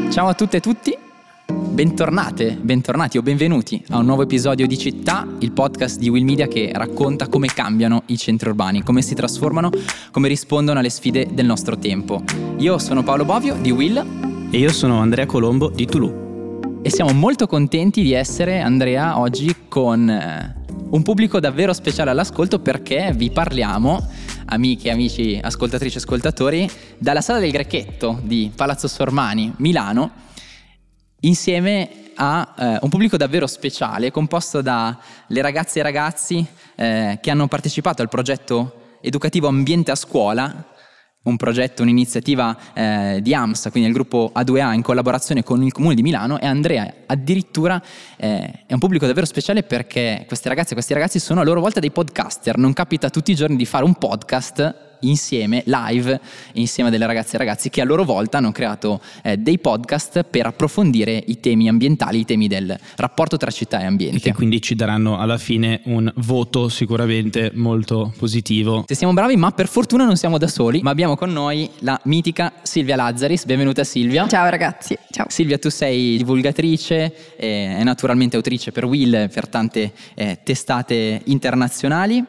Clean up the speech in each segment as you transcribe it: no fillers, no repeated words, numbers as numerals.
Ciao a tutte e tutti, bentornati o benvenuti a un nuovo episodio di Città, il podcast di Will Media che racconta come cambiano i centri urbani, come si trasformano, come rispondono alle sfide del nostro tempo. Io sono Paolo Bovio di Will. E io sono Andrea Colombo di Toulouse. E siamo molto contenti di essere, Andrea, oggi con un pubblico davvero speciale all'ascolto, perché vi parliamo, amiche, amici, ascoltatrici e ascoltatori, dalla Sala del Grecchetto di Palazzo Sormani, Milano, insieme a un pubblico davvero speciale composto dalle ragazze e ragazzi che hanno partecipato al progetto educativo Ambiente a Scuola, un progetto, un'iniziativa di AMSA, quindi il gruppo A2A in collaborazione con il Comune di Milano. E Andrea addirittura è un pubblico davvero speciale perché queste ragazze e questi ragazzi sono a loro volta dei podcaster. Non capita tutti i giorni di fare un podcast insieme, live, insieme a delle ragazze e ragazzi che a loro volta hanno creato dei podcast per approfondire i temi ambientali, i temi del rapporto tra città e ambiente. E che quindi ci daranno alla fine un voto sicuramente molto positivo. Se siamo bravi, ma per fortuna non siamo da soli, ma abbiamo con noi la mitica Silvia Lazzaris. Benvenuta Silvia. Ciao ragazzi, ciao. Silvia, tu sei divulgatrice e naturalmente autrice per Will, per tante testate internazionali,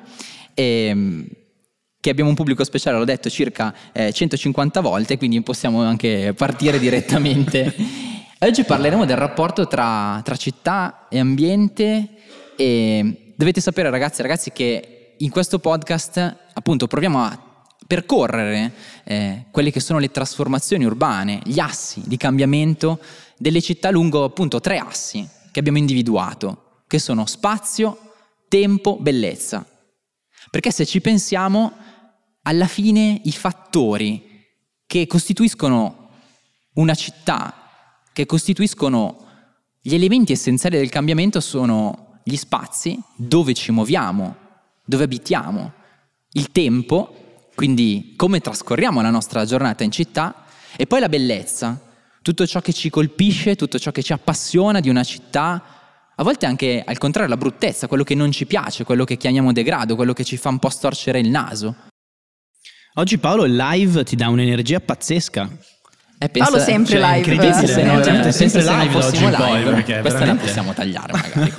che abbiamo un pubblico speciale, l'ho detto, circa 150 volte, quindi possiamo anche partire direttamente. Oggi parleremo del rapporto tra città e ambiente, e dovete sapere, ragazze e ragazzi, che in questo podcast appunto proviamo a percorrere quelle che sono le trasformazioni urbane, gli assi di cambiamento delle città lungo appunto 3 assi che abbiamo individuato, che sono spazio, tempo, bellezza. Perché se ci pensiamo, alla fine i fattori che costituiscono una città, che costituiscono gli elementi essenziali del cambiamento, sono gli spazi, dove ci muoviamo, dove abitiamo, il tempo, quindi come trascorriamo la nostra giornata in città, e poi la bellezza, tutto ciò che ci colpisce, tutto ciò che ci appassiona di una città. A volte anche al contrario la bruttezza, quello che non ci piace, quello che chiamiamo degrado, quello che ci fa un po' storcere il naso. Oggi Paolo il live ti dà un'energia pazzesca. Paolo sempre live. Incredibile, sempre live oggi in poi, perché questa veramente... la possiamo tagliare magari.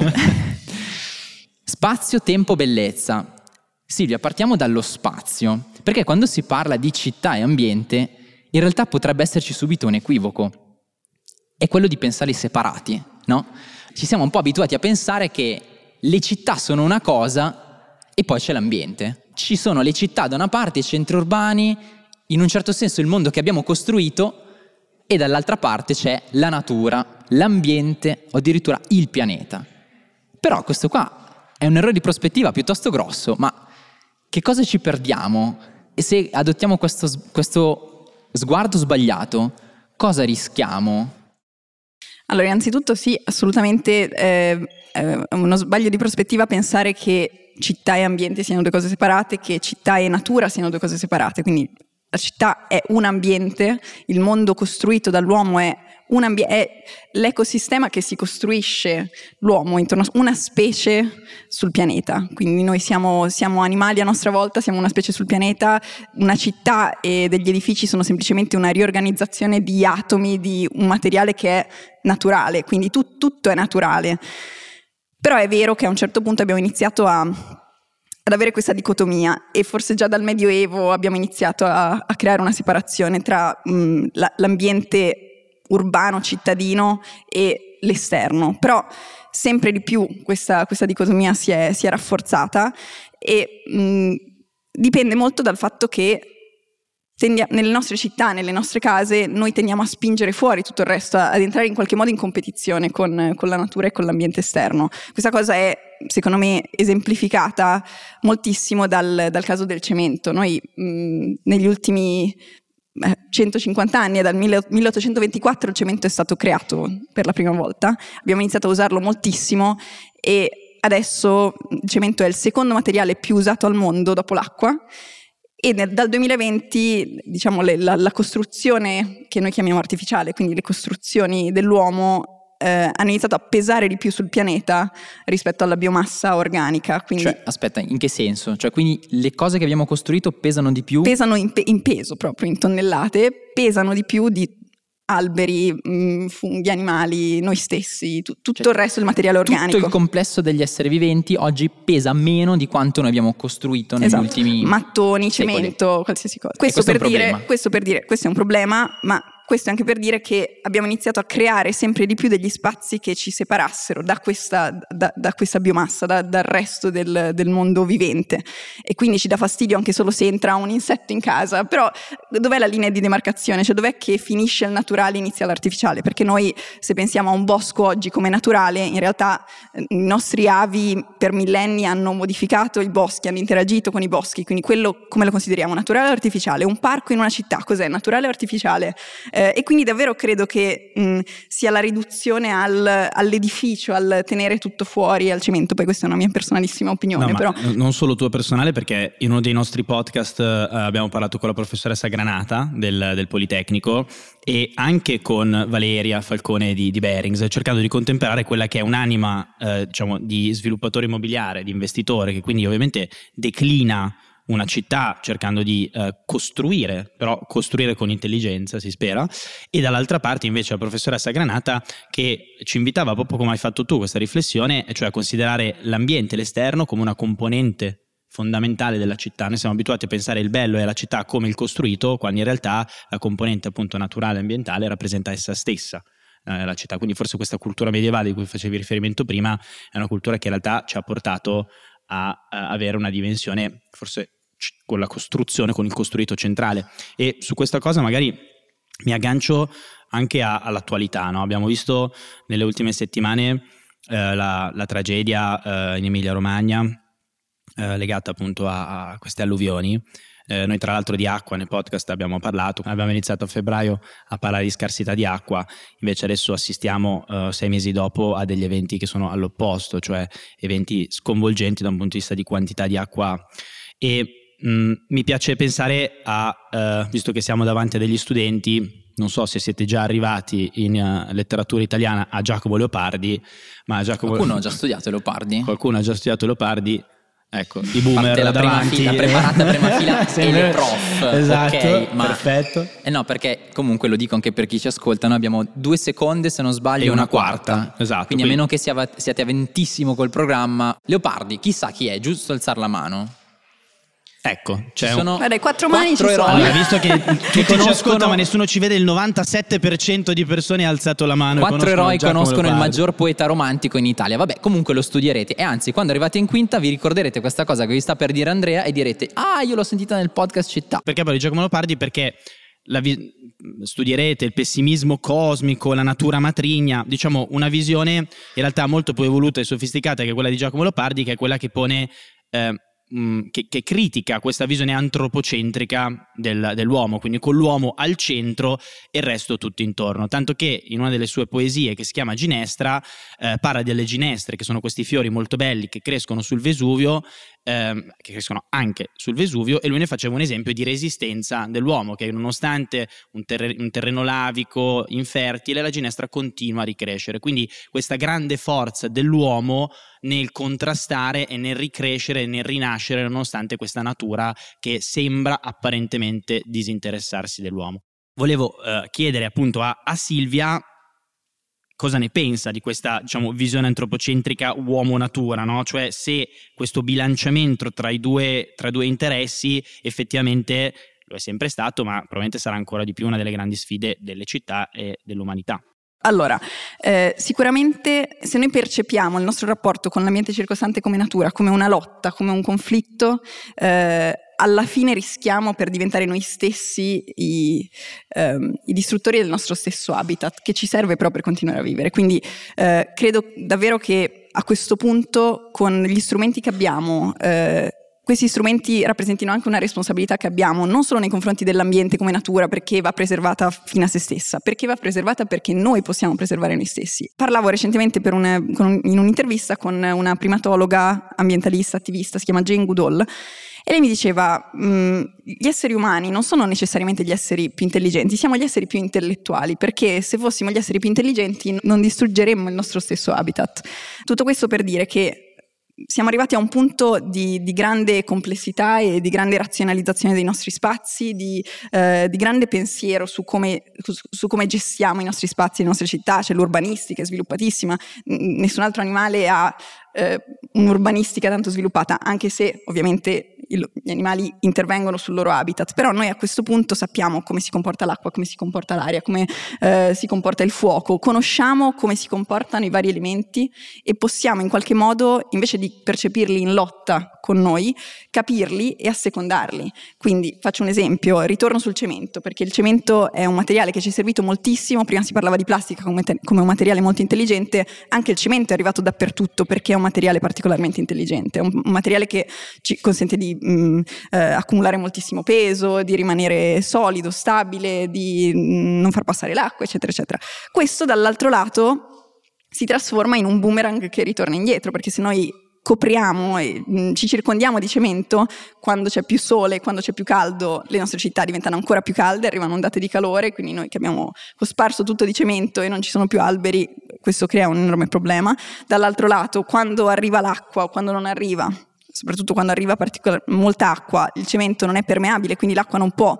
Spazio, tempo, bellezza. Silvia, partiamo dallo spazio, perché quando si parla di città e ambiente, in realtà potrebbe esserci subito un equivoco. È quello di pensarli separati, no? Ci siamo un po' abituati a pensare che le città sono una cosa e poi c'è l'ambiente. Ci sono le città da una parte, i centri urbani, in un certo senso il mondo che abbiamo costruito, e dall'altra parte c'è la natura, l'ambiente o addirittura il pianeta. Però questo qua è un errore di prospettiva piuttosto grosso, ma che cosa ci perdiamo? E se adottiamo questo sguardo sbagliato, cosa rischiamo? Allora, innanzitutto sì, assolutamente è uno sbaglio di prospettiva pensare che città e ambiente siano 2 cose separate, che città e natura siano 2 cose separate. Quindi la città è un ambiente, il mondo costruito dall'uomo è l'ecosistema che si costruisce l'uomo intorno a una specie sul pianeta. Quindi noi siamo animali a nostra volta, siamo una specie sul pianeta. Una città e degli edifici sono semplicemente una riorganizzazione di atomi di un materiale che è naturale, quindi tutto è naturale. Però è vero che a un certo punto abbiamo iniziato ad avere questa dicotomia, e forse già dal Medioevo abbiamo iniziato a creare una separazione tra l'ambiente urbano, cittadino e l'esterno. Però sempre di più questa dicotomia si è rafforzata, e dipende molto dal fatto che nelle nostre città, nelle nostre case, noi tendiamo a spingere fuori tutto il resto, ad entrare in qualche modo in competizione con la natura e con l'ambiente esterno. Questa cosa è, secondo me, esemplificata moltissimo dal caso del cemento. Noi negli ultimi 150 anni, dal 1824 il cemento è stato creato per la prima volta, abbiamo iniziato a usarlo moltissimo, e adesso il cemento è il secondo materiale più usato al mondo dopo l'acqua. E dal 2020, diciamo, la costruzione che noi chiamiamo artificiale, quindi le costruzioni dell'uomo, hanno iniziato a pesare di più sul pianeta rispetto alla biomassa organica. Quindi, cioè, aspetta, in che senso? Cioè, quindi le cose che abbiamo costruito pesano di più? Pesano in peso, proprio in tonnellate, pesano di più alberi, funghi, animali, noi stessi, tutto il resto del materiale organico. Tutto il complesso degli esseri viventi oggi pesa meno di quanto noi abbiamo costruito negli ultimi mattoni, secoli. Cemento, qualsiasi cosa. Questo per dire, questo è un problema, ma questo è anche per dire che abbiamo iniziato a creare sempre di più degli spazi che ci separassero da questa biomassa, dal resto del mondo vivente, e quindi ci dà fastidio anche solo se entra un insetto in casa. Però dov'è la linea di demarcazione? Cioè dov'è che finisce il naturale e inizia l'artificiale? Perché noi, se pensiamo a un bosco oggi come naturale, in realtà i nostri avi per millenni hanno modificato i boschi, hanno interagito con i boschi, quindi quello come lo consideriamo? Naturale o artificiale? Un parco in una città, cos'è? Naturale o artificiale? E quindi davvero credo che sia la riduzione all'edificio, al tenere tutto fuori, al cemento. Poi questa è una mia personalissima opinione. No, però non solo tua personale, perché in uno dei nostri podcast abbiamo parlato con la professoressa Granata del Politecnico e anche con Valeria Falcone di Barings, cercando di contemperare quella che è un'anima diciamo di sviluppatore immobiliare, di investitore, che quindi ovviamente declina una città cercando di costruire con intelligenza, si spera, e dall'altra parte invece la professoressa Granata che ci invitava, proprio come hai fatto tu questa riflessione, cioè a considerare l'ambiente, l'esterno come una componente fondamentale della città. Noi siamo abituati a pensare il bello e la città come il costruito, quando in realtà la componente appunto naturale e ambientale rappresenta essa stessa la città. Quindi forse questa cultura medievale di cui facevi riferimento prima è una cultura che in realtà ci ha portato a avere una dimensione forse con la costruzione, con il costruito centrale. E su questa cosa magari mi aggancio anche all'attualità, no? Abbiamo visto nelle ultime settimane la tragedia in Emilia Romagna legata appunto a queste alluvioni. Noi tra l'altro di acqua nel podcast abbiamo parlato, abbiamo iniziato a febbraio a parlare di scarsità di acqua, invece adesso assistiamo 6 mesi dopo a degli eventi che sono all'opposto, cioè eventi sconvolgenti da un punto di vista di quantità di acqua. E mi piace pensare visto che siamo davanti a degli studenti, non so se siete già arrivati in letteratura italiana a Giacomo Leopardi, ma qualcuno ha già studiato Leopardi? Qualcuno ha già studiato Leopardi. Ecco, i boomer la davanti, preparata prima fila e le prof. Esatto, okay, perfetto. No, perché comunque lo dico anche per chi ci ascolta, noi abbiamo 2 secondi, se non sbaglio, e una quarta. Esatto. Quindi a meno che siate aventissimo col programma. Leopardi, chissà chi è, giusto alzare la mano. Ecco, sono 4 mani ci sono. Allora, visto che tutti ci ascoltano ma nessuno ci vede, il 97% di persone ha alzato la mano. 4 eroi conoscono il maggior poeta romantico in Italia. Vabbè, comunque lo studierete. E anzi, quando arrivate in quinta vi ricorderete questa cosa che vi sta per dire Andrea e direte: ah, io l'ho sentita nel podcast Città. Perché parlo di Giacomo Leopardi? Perché studierete il pessimismo cosmico, la natura matrigna, diciamo una visione in realtà molto più evoluta e sofisticata che quella di Giacomo Leopardi, che è quella che pone che critica questa visione antropocentrica dell'uomo, quindi con l'uomo al centro e il resto tutto intorno, tanto che in una delle sue poesie che si chiama Ginestra parla delle ginestre, che sono questi fiori molto belli che crescono sul Vesuvio, che crescono anche sul Vesuvio, e lui ne faceva un esempio di resistenza dell'uomo, che nonostante un terreno lavico, infertile, la ginestra continua a ricrescere. Quindi questa grande forza dell'uomo nel contrastare e nel ricrescere e nel rinascere nonostante questa natura che sembra apparentemente disinteressarsi dell'uomo. Volevo chiedere appunto a Silvia cosa ne pensa di questa, diciamo, visione antropocentrica uomo-natura, no? Cioè se questo bilanciamento tra i due interessi effettivamente lo è sempre stato, ma probabilmente sarà ancora di più una delle grandi sfide delle città e dell'umanità. Allora, sicuramente se noi percepiamo il nostro rapporto con l'ambiente circostante come natura, come una lotta, come un conflitto, alla fine rischiamo per diventare noi stessi i distruttori del nostro stesso habitat, che ci serve però per continuare a vivere. Quindi credo davvero che a questo punto, con gli strumenti che abbiamo, questi strumenti rappresentino anche una responsabilità che abbiamo, non solo nei confronti dell'ambiente come natura, perché va preservata fino a se stessa, perché va preservata perché noi possiamo preservare noi stessi. Parlavo recentemente in un'intervista con una primatologa, ambientalista, attivista, si chiama Jane Goodall, e lei mi diceva: gli esseri umani non sono necessariamente gli esseri più intelligenti, siamo gli esseri più intellettuali, perché se fossimo gli esseri più intelligenti non distruggeremmo il nostro stesso habitat. Tutto questo per dire che siamo arrivati a un punto di grande complessità e di grande razionalizzazione dei nostri spazi, di grande pensiero su come gestiamo i nostri spazi, le nostre città. C'è l'urbanistica, è sviluppatissima, nessun altro animale ha un'urbanistica tanto sviluppata, anche se ovviamente gli animali intervengono sul loro habitat, però noi a questo punto sappiamo come si comporta l'acqua, come si comporta l'aria, come si comporta il fuoco, conosciamo come si comportano i vari elementi e possiamo in qualche modo, invece di percepirli in lotta con noi, capirli e assecondarli. Quindi faccio un esempio, ritorno sul cemento, perché il cemento è un materiale che ci è servito moltissimo. Prima si parlava di plastica come un materiale molto intelligente, anche il cemento è arrivato dappertutto perché è un materiale particolarmente intelligente, è un materiale che ci consente di accumulare moltissimo peso, di rimanere solido, stabile, di non far passare l'acqua, eccetera, eccetera. Questo dall'altro lato si trasforma in un boomerang che ritorna indietro, perché se noi copriamo e ci circondiamo di cemento, quando c'è più sole, quando c'è più caldo, le nostre città diventano ancora più calde, arrivano ondate di calore, quindi noi che abbiamo cosparso tutto di cemento e non ci sono più alberi, questo crea un enorme problema. Dall'altro lato, quando arriva l'acqua o quando non arriva, soprattutto quando arriva molta acqua, il cemento non è permeabile, quindi l'acqua non può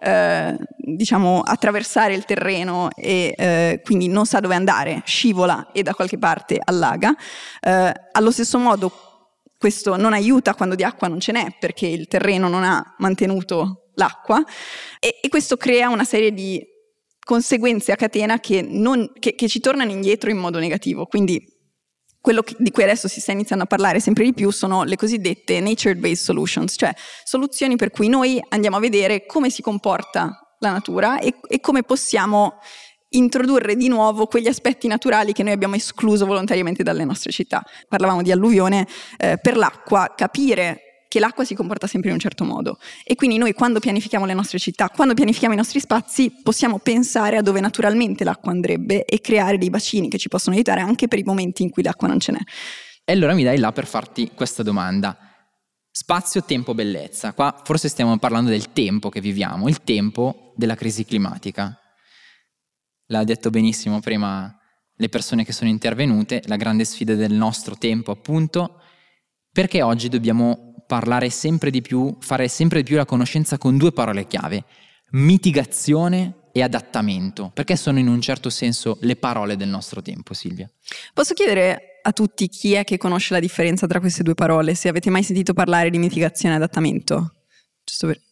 attraversare il terreno e quindi non sa dove andare, scivola e da qualche parte allaga. Allo stesso modo questo non aiuta quando di acqua non ce n'è, perché il terreno non ha mantenuto l'acqua e questo crea una serie di conseguenze a catena che ci tornano indietro in modo negativo. Quindi quello di cui adesso si sta iniziando a parlare sempre di più sono le cosiddette nature-based solutions, cioè soluzioni per cui noi andiamo a vedere come si comporta la natura e come possiamo introdurre di nuovo quegli aspetti naturali che noi abbiamo escluso volontariamente dalle nostre città. Parlavamo di alluvione, per l'acqua, capire che l'acqua si comporta sempre in un certo modo e quindi noi quando pianifichiamo le nostre città, quando pianifichiamo i nostri spazi, possiamo pensare a dove naturalmente l'acqua andrebbe e creare dei bacini che ci possono aiutare anche per i momenti in cui l'acqua non ce n'è. E allora mi dai là per farti questa domanda. Spazio, tempo, bellezza. Qua forse stiamo parlando del tempo che viviamo, il tempo della crisi climatica. L'ha detto benissimo prima le persone che sono intervenute, la grande sfida del nostro tempo appunto, perché oggi dobbiamo parlare sempre di più, fare sempre di più la conoscenza con due parole chiave: mitigazione e adattamento, perché sono in un certo senso le parole del nostro tempo, Silvia. Posso chiedere a tutti chi è che conosce la differenza tra queste due parole, se avete mai sentito parlare di mitigazione e adattamento? Giusto per...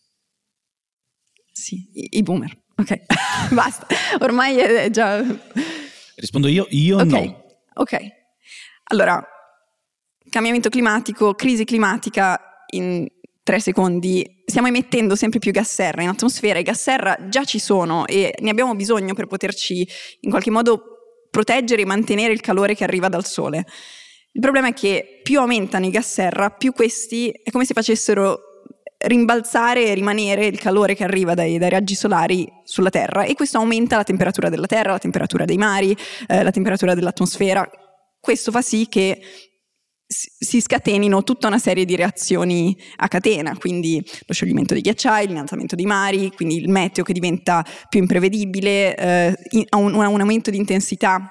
Sì, i boomer. Ok, basta, ormai è già... Rispondo io okay. No. Ok, allora... Cambiamento climatico, crisi climatica, in 3 secondi. Stiamo emettendo sempre più gas serra in atmosfera. I gas serra già ci sono e ne abbiamo bisogno per poterci in qualche modo proteggere e mantenere il calore che arriva dal sole. Il problema è che più aumentano i gas serra, più questi è come se facessero rimbalzare e rimanere il calore che arriva dai raggi solari sulla Terra e questo aumenta la temperatura della Terra, la temperatura dei mari, la temperatura dell'atmosfera. Questo fa sì che si scatenino tutta una serie di reazioni a catena, quindi lo scioglimento dei ghiacciai, l'innalzamento dei mari, quindi il meteo che diventa più imprevedibile, un aumento di intensità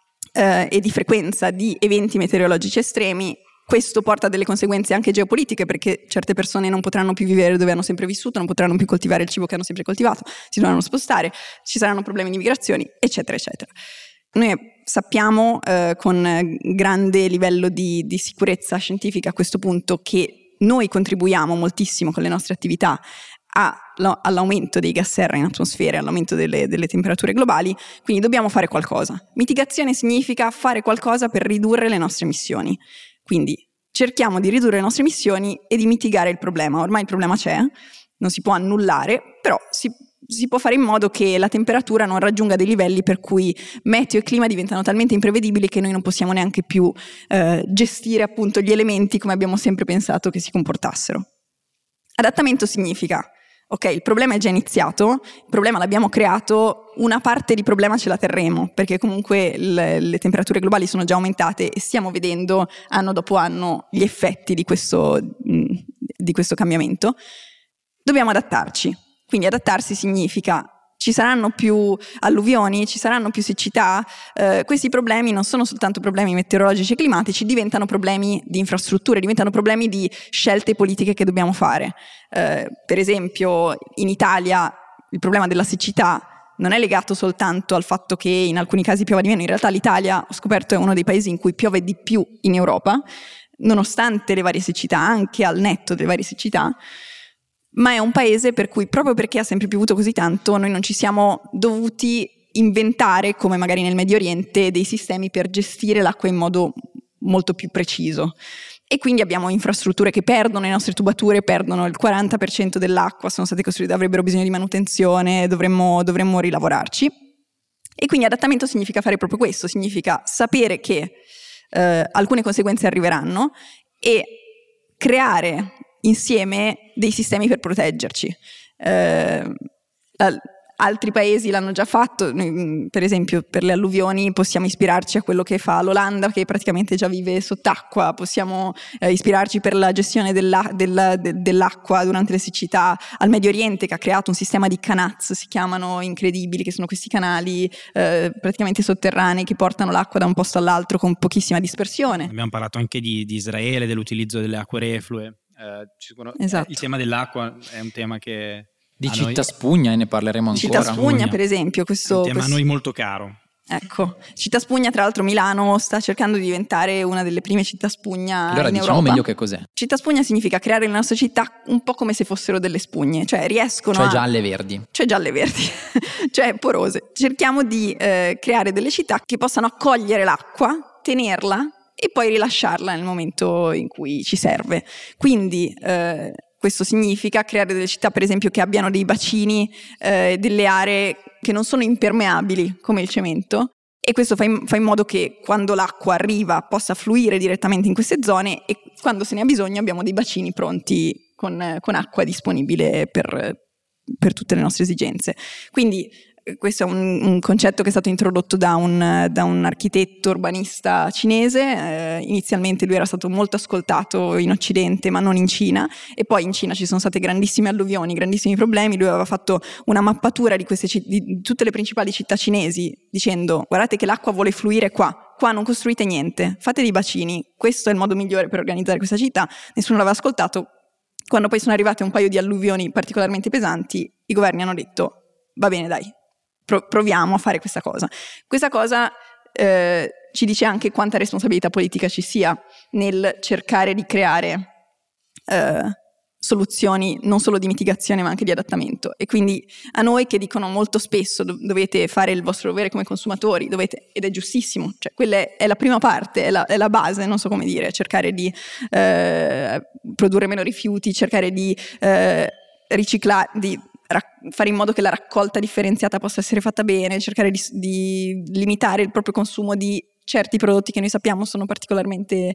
e di frequenza di eventi meteorologici estremi. Questo porta a delle conseguenze anche geopolitiche, perché certe persone non potranno più vivere dove hanno sempre vissuto, non potranno più coltivare il cibo che hanno sempre coltivato, si dovranno spostare, ci saranno problemi di migrazioni, eccetera, eccetera. Noi sappiamo con grande livello di sicurezza scientifica a questo punto che noi contribuiamo moltissimo con le nostre attività all'aumento dei gas serra in atmosfera, all'aumento delle temperature globali, quindi dobbiamo fare qualcosa. Mitigazione significa fare qualcosa per ridurre le nostre emissioni. Quindi cerchiamo di ridurre le nostre emissioni e di mitigare il problema. Ormai il problema c'è, non si può annullare, però si può fare in modo che la temperatura non raggiunga dei livelli per cui meteo e clima diventano talmente imprevedibili che noi non possiamo neanche più gestire appunto gli elementi come abbiamo sempre pensato che si comportassero. Adattamento significa, ok, il problema è già iniziato, il problema l'abbiamo creato, una parte di problema ce la terremo, perché comunque le temperature globali sono già aumentate e stiamo vedendo anno dopo anno gli effetti di questo cambiamento. Dobbiamo adattarci. Quindi adattarsi significa ci saranno più alluvioni, ci saranno più siccità. Questi problemi non sono soltanto problemi meteorologici e climatici, diventano problemi di infrastrutture, diventano problemi di scelte politiche che dobbiamo fare. Per esempio, in Italia il problema della siccità non è legato soltanto al fatto che in alcuni casi piova di meno. In realtà l'Italia, ho scoperto, è uno dei paesi in cui piove di più in Europa, nonostante le varie siccità, anche al netto delle varie siccità, ma è un paese per cui, proprio perché ha sempre piovuto così tanto, noi non ci siamo dovuti inventare, come magari nel Medio Oriente, dei sistemi per gestire l'acqua in modo molto più preciso. E quindi abbiamo infrastrutture che perdono, le nostre tubature perdono il 40% dell'acqua, sono state costruite, avrebbero bisogno di manutenzione, dovremmo rilavorarci. E quindi adattamento significa fare proprio questo, significa sapere che alcune conseguenze arriveranno e creare insieme dei sistemi per proteggerci. Altri paesi l'hanno già fatto, per esempio per le alluvioni possiamo ispirarci a quello che fa l'Olanda, che praticamente già vive sott'acqua, possiamo ispirarci per la gestione dell'acqua durante le siccità al Medio Oriente, che ha creato un sistema di canaz, si chiamano, incredibili, che sono questi canali praticamente sotterranei che portano l'acqua da un posto all'altro con pochissima dispersione. Abbiamo parlato anche di Israele, dell'utilizzo delle acque reflue. Esatto. Il tema dell'acqua è un tema che di Città Spugna ne parleremo ancora. Città Spugna, per esempio, questo è un tema a noi molto caro. Ecco, Città Spugna, tra l'altro Milano sta cercando di diventare una delle prime città spugna allora, in diciamo Europa. Meglio che cos'è. Città Spugna significa creare le nostre città un po' come se fossero delle spugne, cioè riescono Cioè gialle verdi. Cioè porose. Cerchiamo di creare delle città che possano accogliere l'acqua, tenerla e poi rilasciarla nel momento in cui ci serve. Quindi questo significa creare delle città, per esempio, che abbiano dei bacini, delle aree che non sono impermeabili come il cemento, e questo fa in modo che quando l'acqua arriva possa fluire direttamente in queste zone, e quando se ne ha bisogno abbiamo dei bacini pronti con acqua disponibile per tutte le nostre esigenze. Quindi questo è un concetto che è stato introdotto da un architetto urbanista cinese. Inizialmente lui era stato molto ascoltato in Occidente, ma non in Cina, e poi in Cina ci sono state grandissime alluvioni, grandissimi problemi. Lui aveva fatto una mappatura di tutte le principali città cinesi, dicendo: guardate che l'acqua vuole fluire qua non costruite niente, fate dei bacini, questo è il modo migliore per organizzare questa città. Nessuno l'aveva ascoltato. Quando poi sono arrivate un paio di alluvioni particolarmente pesanti, i governi hanno detto: va bene, dai, proviamo a fare questa cosa. Questa cosa ci dice anche quanta responsabilità politica ci sia nel cercare di creare soluzioni non solo di mitigazione ma anche di adattamento. E quindi a noi che dicono molto spesso dovete fare il vostro dovere come consumatori, ed è giustissimo, cioè quella è la prima parte, è la base, non so come dire, cercare di produrre meno rifiuti, cercare di riciclare, di fare in modo che la raccolta differenziata possa essere fatta bene, cercare di limitare il proprio consumo di certi prodotti che noi sappiamo sono particolarmente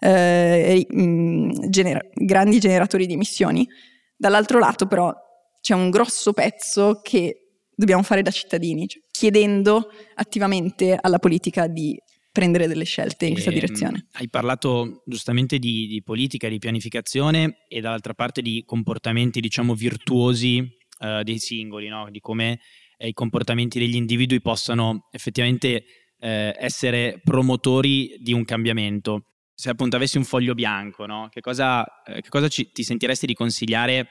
grandi generatori di emissioni. Dall'altro lato però c'è un grosso pezzo che dobbiamo fare da cittadini, cioè chiedendo attivamente alla politica di prendere delle scelte in questa direzione. Hai parlato giustamente di politica, di pianificazione, e dall'altra parte di comportamenti, diciamo, virtuosi dei singoli, no? Di come i comportamenti degli individui possano effettivamente essere promotori di un cambiamento. Se appunto avessi un foglio bianco, no? Che cosa ti sentiresti di consigliare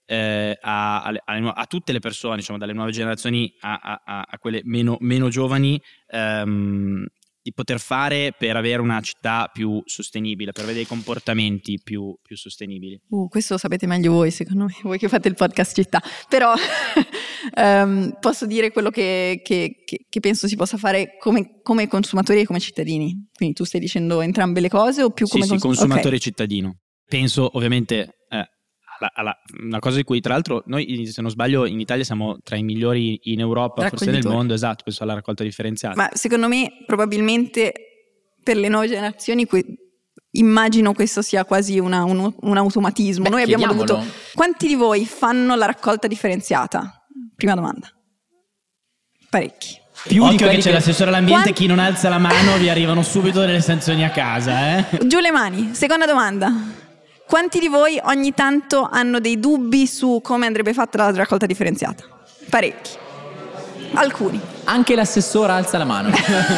a tutte le persone, diciamo, dalle nuove generazioni a quelle meno giovani, di poter fare per avere una città più sostenibile, per avere dei comportamenti più sostenibili? Questo lo sapete meglio voi, secondo me, voi che fate il podcast città. Però posso dire quello che penso si possa fare come consumatori e come cittadini. Quindi tu stai dicendo entrambe le cose o più come consumatore okay. e cittadino. Penso ovviamente una cosa di cui tra l'altro noi, se non sbaglio, in Italia siamo tra i migliori in Europa, forse nel mondo, esatto, penso alla raccolta differenziata. Ma secondo me probabilmente per le nuove generazioni immagino questo sia quasi un automatismo. Noi abbiamo dovuto... Quanti di voi fanno la raccolta differenziata? Prima domanda. Parecchi. Più occhio che c'è l'assessore all'ambiente, chi non alza la mano vi arrivano subito delle sanzioni a casa. Giù le mani. Seconda domanda. Quanti di voi ogni tanto hanno dei dubbi su come andrebbe fatta la raccolta differenziata? Parecchi. Alcuni. Anche l'assessora alza la mano.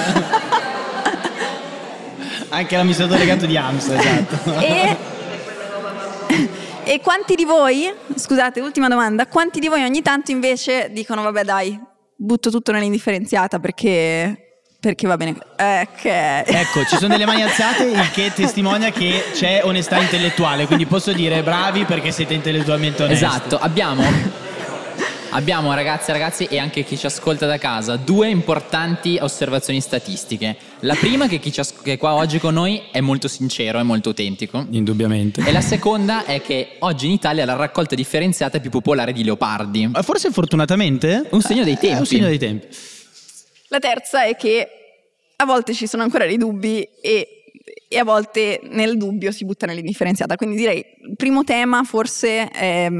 Anche l'amministratore delegato di AMS, esatto. E quanti di voi, scusate, ultima domanda, quanti di voi ogni tanto invece dicono vabbè dai, butto tutto nell'indifferenziata perché va bene. Ecco, ci sono delle mani alzate, il che testimonia che c'è onestà intellettuale, quindi posso dire bravi perché siete intellettualmente onesti. Esatto, abbiamo ragazze e ragazzi e anche chi ci ascolta da casa 2 importanti osservazioni statistiche. La prima che chi che è qua oggi con noi è molto sincero, è molto autentico. Indubbiamente. E la seconda è che oggi in Italia la raccolta differenziata è più popolare di leopardi. Forse fortunatamente. Un segno dei tempi. Un segno dei tempi. La terza è che a volte ci sono ancora dei dubbi e a volte nel dubbio si butta nell'indifferenziata. Quindi direi, il primo tema forse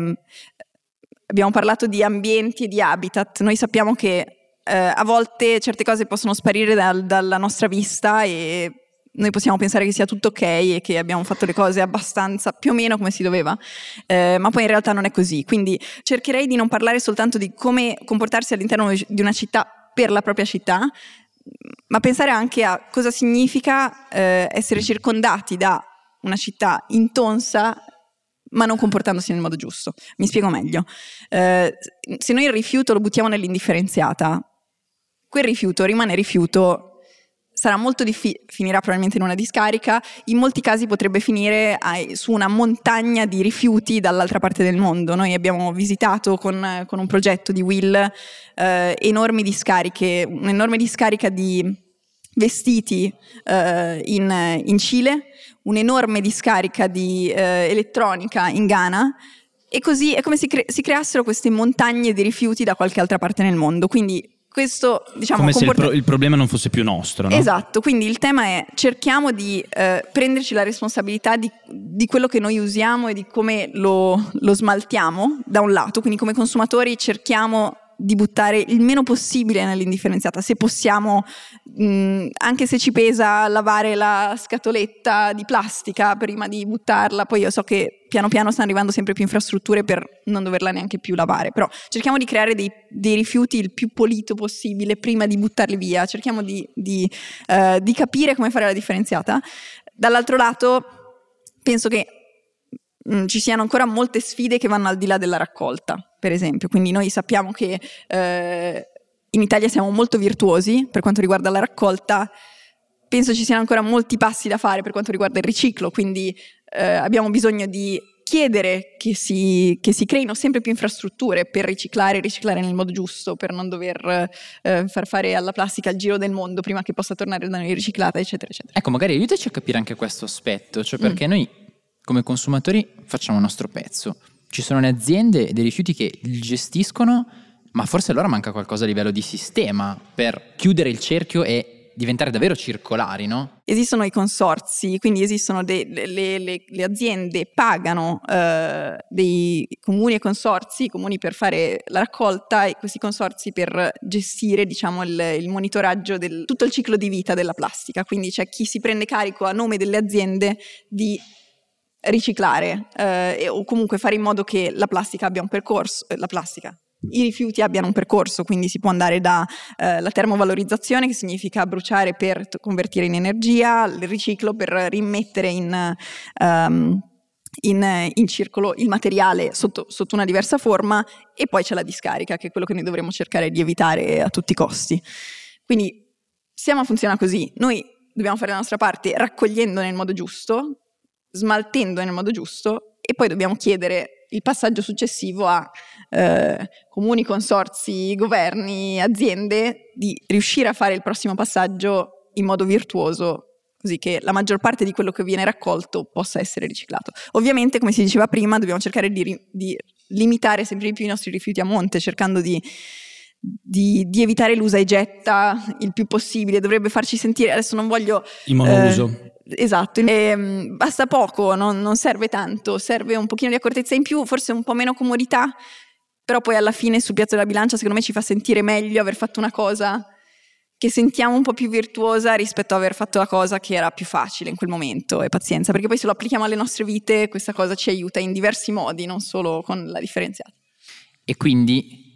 abbiamo parlato di ambienti e di habitat. Noi sappiamo che a volte certe cose possono sparire dalla nostra vista e noi possiamo pensare che sia tutto ok e che abbiamo fatto le cose abbastanza più o meno come si doveva, ma poi in realtà non è così. Quindi cercherei di non parlare soltanto di come comportarsi all'interno di una città per la propria città, ma pensare anche a cosa significa essere circondati da una città intonsa ma non comportandosi nel modo giusto. Mi spiego meglio. Se noi il rifiuto lo buttiamo nell'indifferenziata, quel rifiuto rimane rifiuto, sarà molto finirà probabilmente in una discarica, in molti casi potrebbe finire su una montagna di rifiuti dall'altra parte del mondo. Noi abbiamo visitato con un progetto di Will enormi discariche, un'enorme discarica di vestiti in Cile, un'enorme discarica di elettronica in Ghana, e così è come se si creassero queste montagne di rifiuti da qualche altra parte nel mondo. Quindi questo, diciamo, come se il problema non fosse più nostro, no? Esatto, quindi il tema è cerchiamo di prenderci la responsabilità di quello che noi usiamo e di come lo smaltiamo da un lato, quindi come consumatori cerchiamo di buttare il meno possibile nell'indifferenziata, se possiamo, anche se ci pesa lavare la scatoletta di plastica prima di buttarla. Poi io so che piano piano stanno arrivando sempre più infrastrutture per non doverla neanche più lavare, però cerchiamo di creare dei rifiuti il più pulito possibile prima di buttarli via, cerchiamo di capire come fare la differenziata. Dall'altro lato penso che ci siano ancora molte sfide che vanno al di là della raccolta, per esempio. Quindi noi sappiamo che in Italia siamo molto virtuosi per quanto riguarda la raccolta. Penso ci siano ancora molti passi da fare per quanto riguarda il riciclo, quindi abbiamo bisogno di chiedere che si creino sempre più infrastrutture per riciclare nel modo giusto, per non dover far fare alla plastica il giro del mondo prima che possa tornare da noi riciclata, eccetera, eccetera. Ecco, magari aiutaci a capire anche questo aspetto, cioè perché noi come consumatori facciamo il nostro pezzo. Ci sono le aziende e dei rifiuti che li gestiscono, ma forse allora manca qualcosa a livello di sistema per chiudere il cerchio e diventare davvero circolari, no? Esistono i consorzi, quindi esistono le aziende pagano dei comuni e consorzi, i comuni per fare la raccolta e questi consorzi per gestire, diciamo, il monitoraggio del tutto il ciclo di vita della plastica. Quindi c'è chi si prende carico a nome delle aziende di riciclare o comunque fare in modo che la plastica abbia un percorso, i rifiuti abbiano un percorso, quindi si può andare da la termovalorizzazione, che significa bruciare per convertire in energia, il riciclo per rimettere in circolo il materiale sotto una diversa forma, e poi c'è la discarica, che è quello che noi dovremmo cercare di evitare a tutti i costi. Quindi Siama funziona così: noi dobbiamo fare la nostra parte raccogliendo nel modo giusto, smaltendo nel modo giusto, e poi dobbiamo chiedere il passaggio successivo a comuni, consorzi, governi, aziende di riuscire a fare il prossimo passaggio in modo virtuoso, così che la maggior parte di quello che viene raccolto possa essere riciclato. Ovviamente, come si diceva prima, dobbiamo cercare di limitare sempre di più i nostri rifiuti a monte, cercando di evitare l'usa e getta il più possibile. Dovrebbe farci sentire, adesso non voglio... Il monouso. Esatto, basta poco, non serve tanto, serve un pochino di accortezza in più, forse un po' meno comodità, però poi alla fine sul piatto della bilancia secondo me ci fa sentire meglio aver fatto una cosa che sentiamo un po' più virtuosa rispetto a aver fatto la cosa che era più facile in quel momento. E pazienza, perché poi se lo applichiamo alle nostre vite questa cosa ci aiuta in diversi modi, non solo con la differenziata. E quindi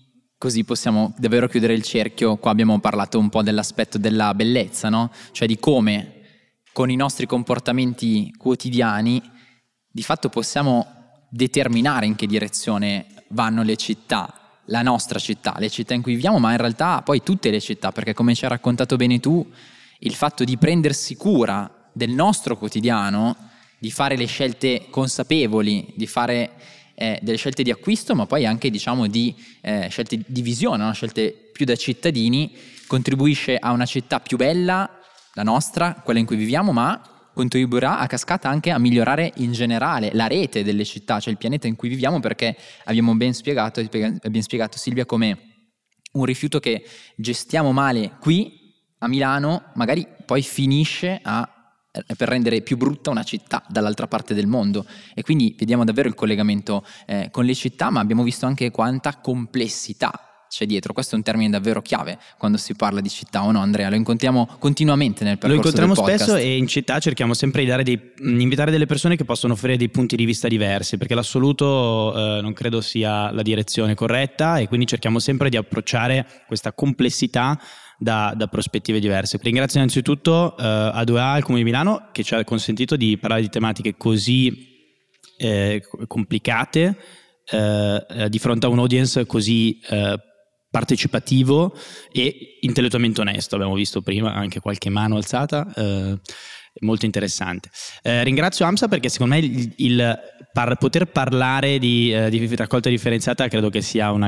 così possiamo davvero chiudere il cerchio. Qua abbiamo parlato un po' dell'aspetto della bellezza, no? Cioè di come con i nostri comportamenti quotidiani di fatto possiamo determinare in che direzione vanno le città, la nostra città, le città in cui viviamo, ma in realtà poi tutte le città, perché come ci hai raccontato bene tu, il fatto di prendersi cura del nostro quotidiano, di fare le scelte consapevoli, di fare delle scelte di acquisto, ma poi anche diciamo di scelte di visione, no? Scelte più da cittadini, contribuisce a una città più bella, la nostra, quella in cui viviamo, ma contribuirà a cascata anche a migliorare in generale la rete delle città, cioè il pianeta in cui viviamo, perché abbiamo ben spiegato Silvia, come un rifiuto che gestiamo male qui a Milano magari poi finisce per rendere più brutta una città dall'altra parte del mondo, e quindi vediamo davvero il collegamento con le città, ma abbiamo visto anche quanta complessità c'è dietro. Questo è un termine davvero chiave quando si parla di città, o no Andrea? Lo incontriamo continuamente nel percorso del podcast. Lo incontriamo spesso, e in città cerchiamo sempre di invitare delle persone che possono offrire dei punti di vista diversi, perché l'assoluto non credo sia la direzione corretta, e quindi cerchiamo sempre di approcciare questa complessità da prospettive diverse. Ringrazio innanzitutto A2A, al Comune di Milano, che ci ha consentito di parlare di tematiche così complicate di fronte a un audience così partecipativo e intellettualmente onesto. Abbiamo visto prima anche qualche mano alzata, molto interessante. Ringrazio AMSA, perché secondo me poter parlare di raccolta differenziata credo che sia una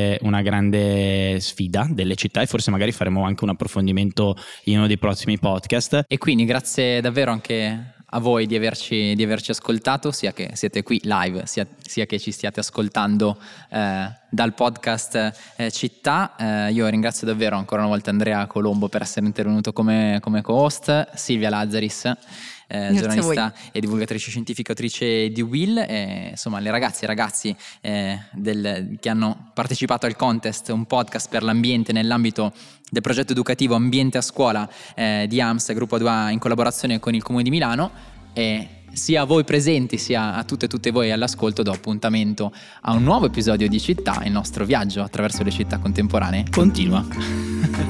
grande sfida delle città, e forse magari faremo anche un approfondimento in uno dei prossimi podcast. E quindi grazie davvero anche a voi di averci ascoltato, sia che siete qui live, sia che ci stiate ascoltando dal podcast Città. Io ringrazio davvero ancora una volta Andrea Colombo per essere intervenuto come co-host, Silvia Lazzaris, giornalista e divulgatrice scientifica, autrice di Will, insomma le ragazze e ragazzi che hanno partecipato al contest, un podcast per l'ambiente nell'ambito del progetto educativo Ambiente a Scuola di AMSA, gruppo A2A, in collaborazione con il Comune di Milano. E sia a voi presenti, sia a tutte e tutte voi all'ascolto, do appuntamento a un nuovo episodio di Città. Il nostro viaggio attraverso le città contemporanee continua.